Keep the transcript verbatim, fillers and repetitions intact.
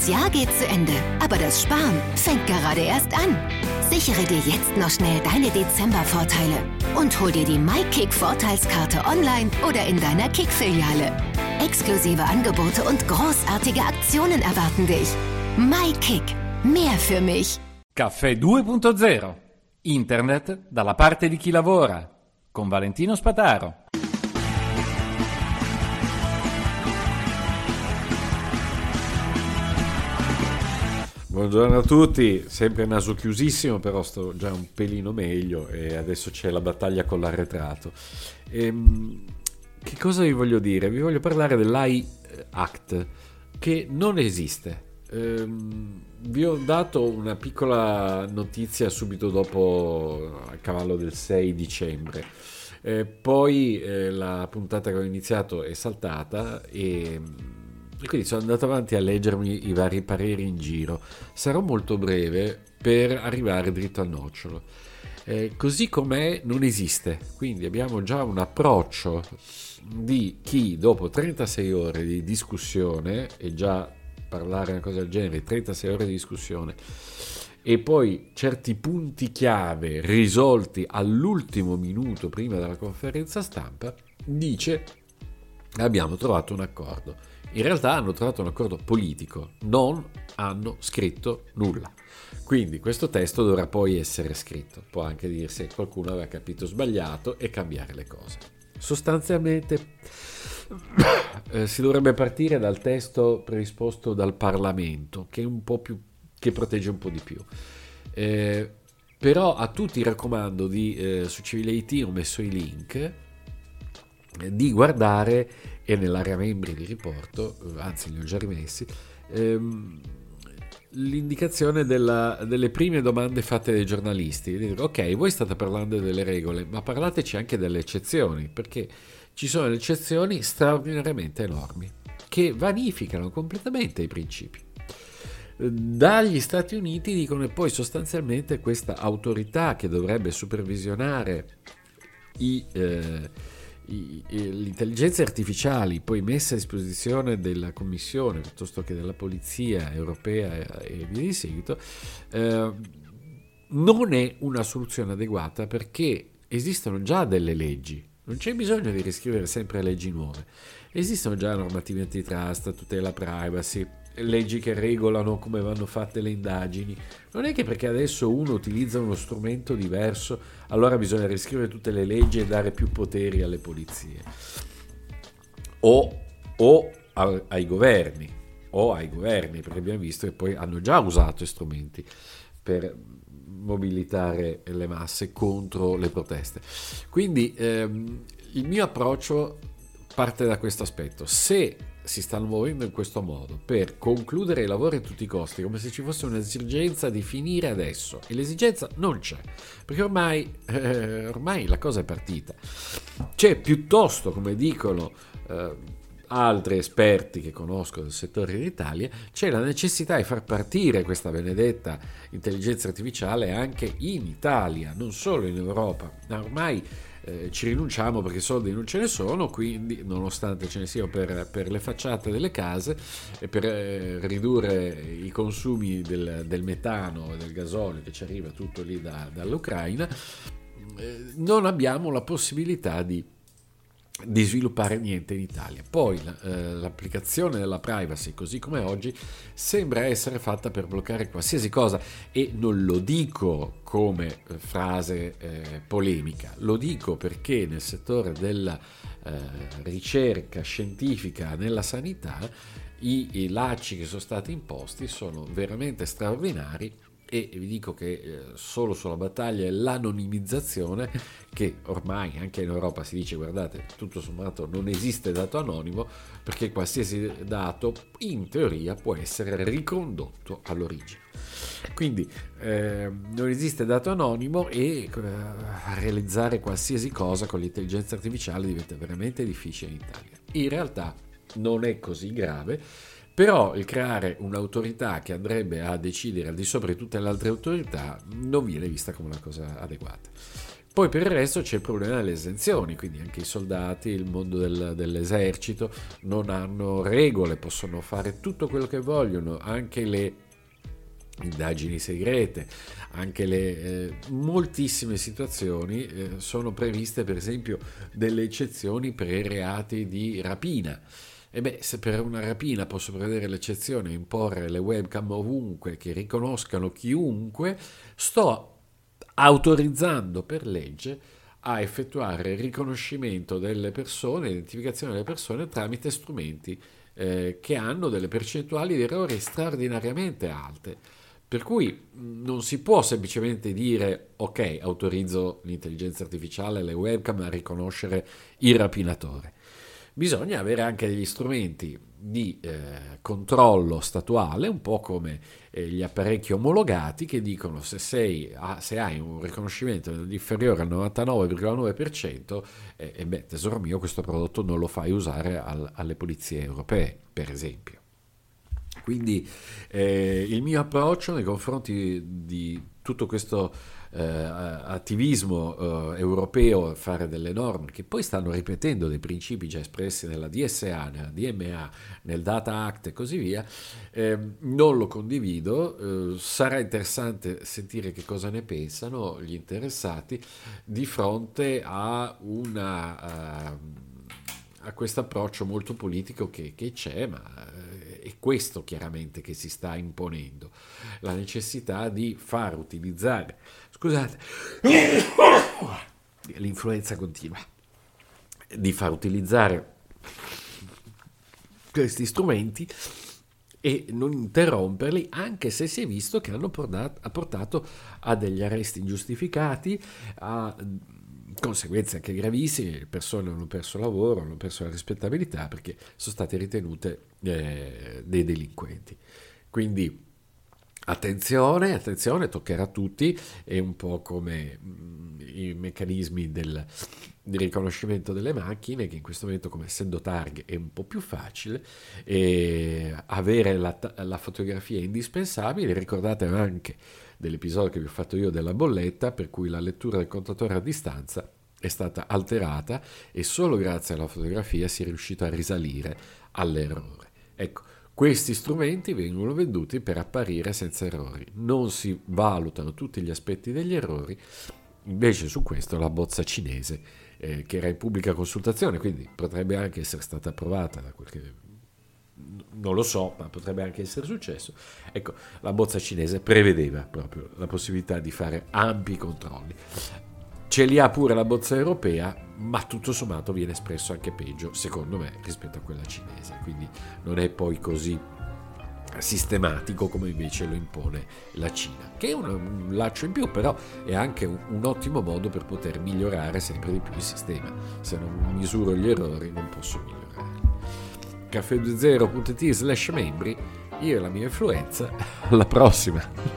Das Jahr geht zu Ende, aber das Sparen fängt gerade erst an. Sichere dir jetzt noch schnell deine Dezember-Vorteile und hol dir die MyKick-Vorteilskarte online oder in deiner Kick-Filiale. Exklusive Angebote und großartige Aktionen erwarten dich. MyKick, mehr für mich. Caffè due punto zero. Internet dalla parte di chi lavora. Con Valentino Spataro. Buongiorno a tutti, sempre naso chiusissimo, però sto già un pelino meglio e adesso c'è la battaglia con l'arretrato. Ehm, che cosa vi voglio dire? Vi voglio parlare dell'A I Act, che non esiste. Ehm, vi ho dato una piccola notizia subito dopo, a cavallo del sei dicembre. Eh, poi eh, la puntata che ho iniziato è saltata e... E quindi sono andato avanti a leggermi i vari pareri in giro. Sarò molto breve per arrivare dritto al nocciolo. Eh, così com'è non esiste, quindi abbiamo già un approccio di chi dopo trentasei ore di discussione, e già parlare una cosa del genere, trentasei ore di discussione, e poi certi punti chiave risolti all'ultimo minuto prima della conferenza stampa, dice abbiamo trovato un accordo. In realtà hanno trovato un accordo politico, non hanno scritto nulla. Quindi questo testo dovrà poi essere scritto. Può anche dirsi che qualcuno aveva capito sbagliato e cambiare le cose. Sostanzialmente eh, si dovrebbe partire dal testo predisposto dal Parlamento, che è un po' più, che protegge un po' di più. Eh, però a tutti raccomando di eh, su Civile I T ho messo i link eh, di guardare, e nell'area membri li riporto, anzi li ho già rimessi, ehm, l'indicazione della, delle prime domande fatte dai giornalisti. Dico, ok, voi state parlando delle regole, ma parlateci anche delle eccezioni, perché ci sono le eccezioni straordinariamente enormi che vanificano completamente i principi. Dagli Stati Uniti dicono che poi sostanzialmente questa autorità che dovrebbe supervisionare i... Eh, I, le intelligenze artificiali poi messe a disposizione della Commissione piuttosto che della Polizia Europea e via di seguito, eh, non è una soluzione adeguata, perché esistono già delle leggi, non c'è bisogno di riscrivere sempre leggi nuove, esistono già normative antitrust, tutela privacy, leggi che regolano come vanno fatte le indagini. Non è che perché adesso uno utilizza uno strumento diverso allora bisogna riscrivere tutte le leggi e dare più poteri alle polizie o, o a, ai governi o ai governi perché abbiamo visto che poi hanno già usato strumenti per mobilitare le masse contro le proteste. Quindi ehm, il mio approccio parte da questo aspetto. Se si stanno muovendo in questo modo per concludere i lavori a tutti i costi, come se ci fosse un'esigenza di finire adesso, e l'esigenza non c'è, perché ormai, eh, ormai la cosa è partita. C'è piuttosto, come dicono eh, altri esperti che conosco del settore in Italia, c'è la necessità di far partire questa benedetta intelligenza artificiale anche in Italia, non solo in Europa. Ormai Eh, ci rinunciamo perché soldi non ce ne sono, quindi nonostante ce ne siano per, per le facciate delle case e per eh, ridurre i consumi del, del metano e del gasolio che ci arriva tutto lì da, dall'Ucraina, eh, non abbiamo la possibilità di di sviluppare niente in Italia. Poi eh, l'applicazione della privacy così come oggi sembra essere fatta per bloccare qualsiasi cosa, e non lo dico come frase eh, polemica, lo dico perché nel settore della eh, ricerca scientifica nella sanità i, i lacci che sono stati imposti sono veramente straordinari. E vi dico che eh, solo sulla battaglia e l'anonimizzazione, che ormai anche in Europa si dice guardate tutto sommato non esiste dato anonimo, perché qualsiasi dato in teoria può essere ricondotto all'origine. Quindi eh, non esiste dato anonimo e eh, realizzare qualsiasi cosa con l'intelligenza artificiale diventa veramente difficile in Italia. In realtà non è così grave. Però il creare un'autorità che andrebbe a decidere al di sopra di tutte le altre autorità non viene vista come una cosa adeguata. Poi per il resto c'è il problema delle esenzioni, quindi anche i soldati, il mondo del, dell'esercito non hanno regole, possono fare tutto quello che vogliono, anche le indagini segrete, anche le eh, moltissime situazioni eh, sono previste, per esempio delle eccezioni per i reati di rapina. E beh, se per una rapina posso prevedere l'eccezione e imporre le webcam ovunque che riconoscano chiunque, sto autorizzando per legge a effettuare il riconoscimento delle persone, l'identificazione delle persone tramite strumenti eh, che hanno delle percentuali di errori straordinariamente alte. Per cui non si può semplicemente dire ok, autorizzo l'intelligenza artificiale, le webcam a riconoscere il rapinatore. Bisogna avere anche degli strumenti di eh, controllo statuale, un po' come eh, gli apparecchi omologati, che dicono se, sei, ah, se hai un riconoscimento inferiore al novantanove virgola nove per cento, eh, eh beh, tesoro mio, questo prodotto non lo fai usare al, alle polizie europee, per esempio. Quindi eh, il mio approccio nei confronti di tutto questo eh, attivismo eh, europeo a fare delle norme che poi stanno ripetendo dei principi già espressi nella D S A, nella D M A, nel Data Act e così via, eh, non lo condivido. Eh, sarà interessante sentire che cosa ne pensano gli interessati di fronte a una... Uh, a questo approccio molto politico che, che c'è, ma è questo chiaramente che si sta imponendo, la necessità di far utilizzare, scusate, l'influenza continua, di far utilizzare questi strumenti e non interromperli, anche se si è visto che hanno portato, ha portato a degli arresti ingiustificati, a conseguenze anche gravissime, le persone hanno perso lavoro, hanno perso la rispettabilità perché sono state ritenute eh, dei delinquenti. Quindi attenzione, attenzione, toccherà a tutti, è un po' come mh, i meccanismi del, del riconoscimento delle macchine, che in questo momento, come essendo targhe, è un po' più facile, e avere la, la fotografia è indispensabile. Ricordate anche dell'episodio che vi ho fatto io della bolletta, per cui la lettura del contatore a distanza è stata alterata e solo grazie alla fotografia si è riuscito a risalire all'errore. Ecco, questi strumenti vengono venduti per apparire senza errori, non si valutano tutti gli aspetti degli errori. Invece su questo la bozza cinese, eh, che era in pubblica consultazione, quindi potrebbe anche essere stata approvata da qualche... non lo so, ma potrebbe anche essere successo. Ecco, la bozza cinese prevedeva proprio la possibilità di fare ampi controlli. Ce li ha pure la bozza europea, ma tutto sommato viene espresso anche peggio, secondo me, rispetto a quella cinese. Quindi non è poi così sistematico come invece lo impone la Cina, che è un, un laccio in più, però è anche un, un ottimo modo per poter migliorare sempre di più il sistema. Se non misuro gli errori non posso migliorare. caffè due zero punto it slash membri, io e la mia influenza, alla prossima.